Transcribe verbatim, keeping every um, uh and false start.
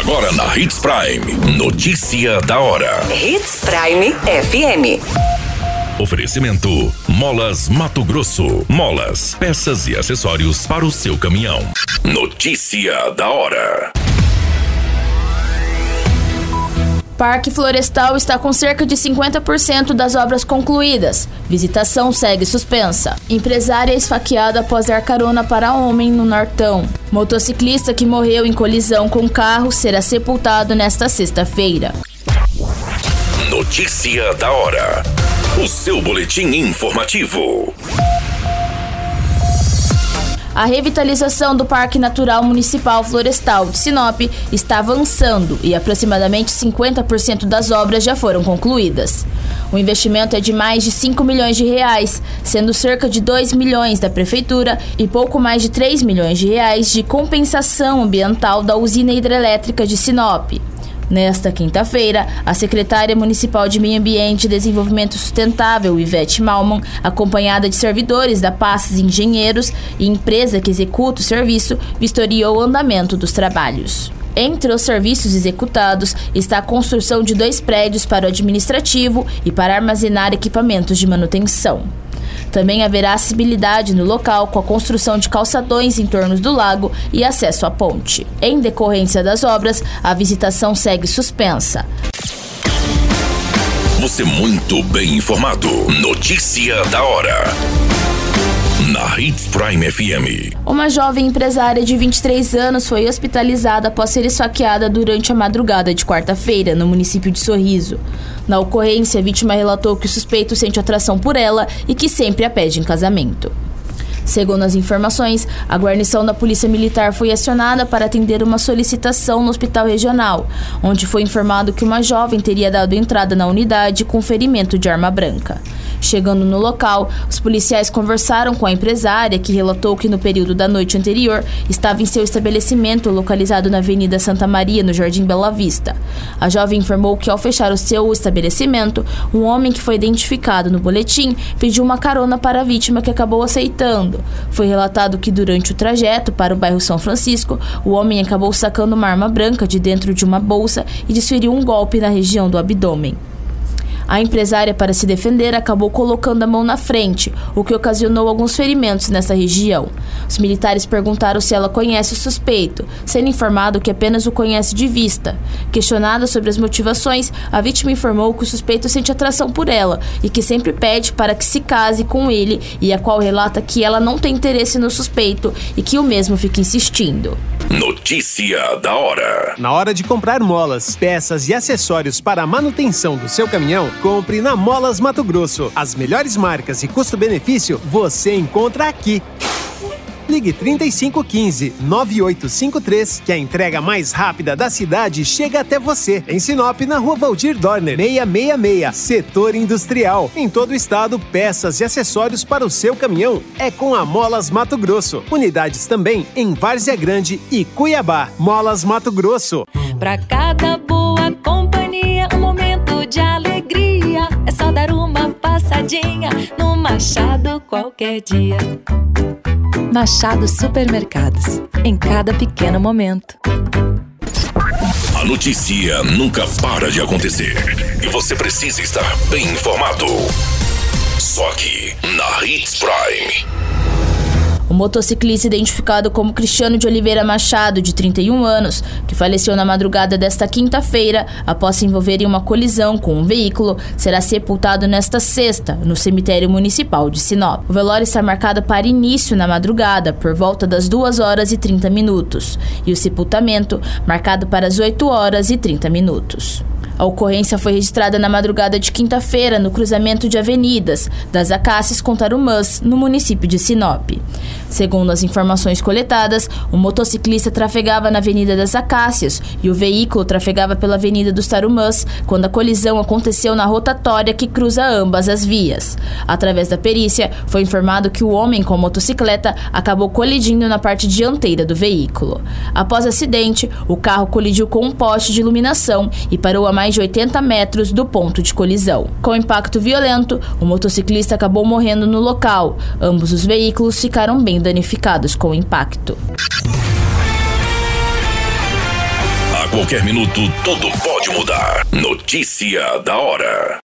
Agora na Hits Prime. Notícia da hora. Hits Prime F M. Oferecimento: Molas Mato Grosso. Molas, peças e acessórios para o seu caminhão. Notícia da hora. Parque Florestal está com cerca de cinquenta por cento das obras concluídas. Visitação segue suspensa. Empresária esfaqueada após dar carona para homem no Nortão. Motociclista que morreu em colisão com carro será sepultado nesta sexta-feira. Notícia da hora. O seu boletim informativo. A revitalização do Parque Natural Municipal Florestal de Sinop está avançando e aproximadamente cinquenta por cento das obras já foram concluídas. O investimento é de mais de cinco milhões de reais, sendo cerca de dois milhões da Prefeitura e pouco mais de três milhões de reais de compensação ambiental da usina hidrelétrica de Sinop. Nesta quinta-feira, a secretária municipal de Meio Ambiente e Desenvolvimento Sustentável, Ivete Malman, acompanhada de servidores da Passes Engenheiros e empresa que executa o serviço, vistoriou o andamento dos trabalhos. Entre os serviços executados está a construção de dois prédios para o administrativo e para armazenar equipamentos de manutenção. Também haverá acessibilidade no local com a construção de calçadões em torno do lago e acesso à ponte. Em decorrência das obras, a visitação segue suspensa. Você muito bem informado. Notícia da hora. Na Hits Prime F M. Uma jovem empresária de vinte e três anos foi hospitalizada após ser esfaqueada durante a madrugada de quarta-feira, no município de Sorriso. Na ocorrência, a vítima relatou que o suspeito sente atração por ela e que sempre a pede em casamento. Segundo as informações, a guarnição da Polícia Militar foi acionada para atender uma solicitação no hospital regional, onde foi informado que uma jovem teria dado entrada na unidade com ferimento de arma branca. Chegando no local, os policiais conversaram com a empresária, que relatou que no período da noite anterior estava em seu estabelecimento localizado na Avenida Santa Maria, no Jardim Bela Vista. A jovem informou que, ao fechar o seu estabelecimento, um homem que foi identificado no boletim pediu uma carona para a vítima, que acabou aceitando. Foi relatado que durante o trajeto para o bairro São Francisco, o homem acabou sacando uma arma branca de dentro de uma bolsa e desferiu um golpe na região do abdômen. A empresária, para se defender, acabou colocando a mão na frente, o que ocasionou alguns ferimentos nessa região. Os militares perguntaram se ela conhece o suspeito, sendo informado que apenas o conhece de vista. Questionada sobre as motivações, a vítima informou que o suspeito sente atração por ela e que sempre pede para que se case com ele, e a qual relata que ela não tem interesse no suspeito e que o mesmo fica insistindo. Notícia da hora. Na hora de comprar molas, peças e acessórios para a manutenção do seu caminhão, compre na Molas Mato Grosso. As melhores marcas e custo-benefício você encontra aqui. Ligue trinta e cinco quinze, nove oito cinco três, que a entrega mais rápida da cidade chega até você. Em Sinop, na Rua Valdir Dorner, seiscentos e sessenta e seis, Setor Industrial. Em todo o estado, peças e acessórios para o seu caminhão é com a Molas Mato Grosso. Unidades também em Várzea Grande e Cuiabá. Molas Mato Grosso. Pra cada boa companhia, um momento de alegria. É só dar uma passadinha no Machado qualquer dia. Machado Supermercados. Em cada pequeno momento. A notícia nunca para de acontecer e você precisa estar bem informado. Só aqui na Hits Prime. O motociclista identificado como Cristiano de Oliveira Machado, de trinta e um anos, que faleceu na madrugada desta quinta-feira após se envolver em uma colisão com um veículo, será sepultado nesta sexta, no cemitério municipal de Sinop. O velório está marcado para início na madrugada, por volta das duas horas e trinta minutos, e o sepultamento marcado para as oito horas e trinta minutos. A ocorrência foi registrada na madrugada de quinta-feira no cruzamento de avenidas das Acácias com Tarumãs, no município de Sinop. Segundo as informações coletadas, o motociclista trafegava na Avenida das Acácias e o veículo trafegava pela Avenida dos Tarumãs quando a colisão aconteceu na rotatória que cruza ambas as vias. Através da perícia, foi informado que o homem com a motocicleta acabou colidindo na parte dianteira do veículo. Após o acidente, o carro colidiu com um poste de iluminação e parou a mais de oitenta metros do ponto de colisão. Com impacto violento, o motociclista acabou morrendo no local. Ambos os veículos ficaram bem danificados com o impacto. A qualquer minuto, tudo pode mudar. Notícia da hora.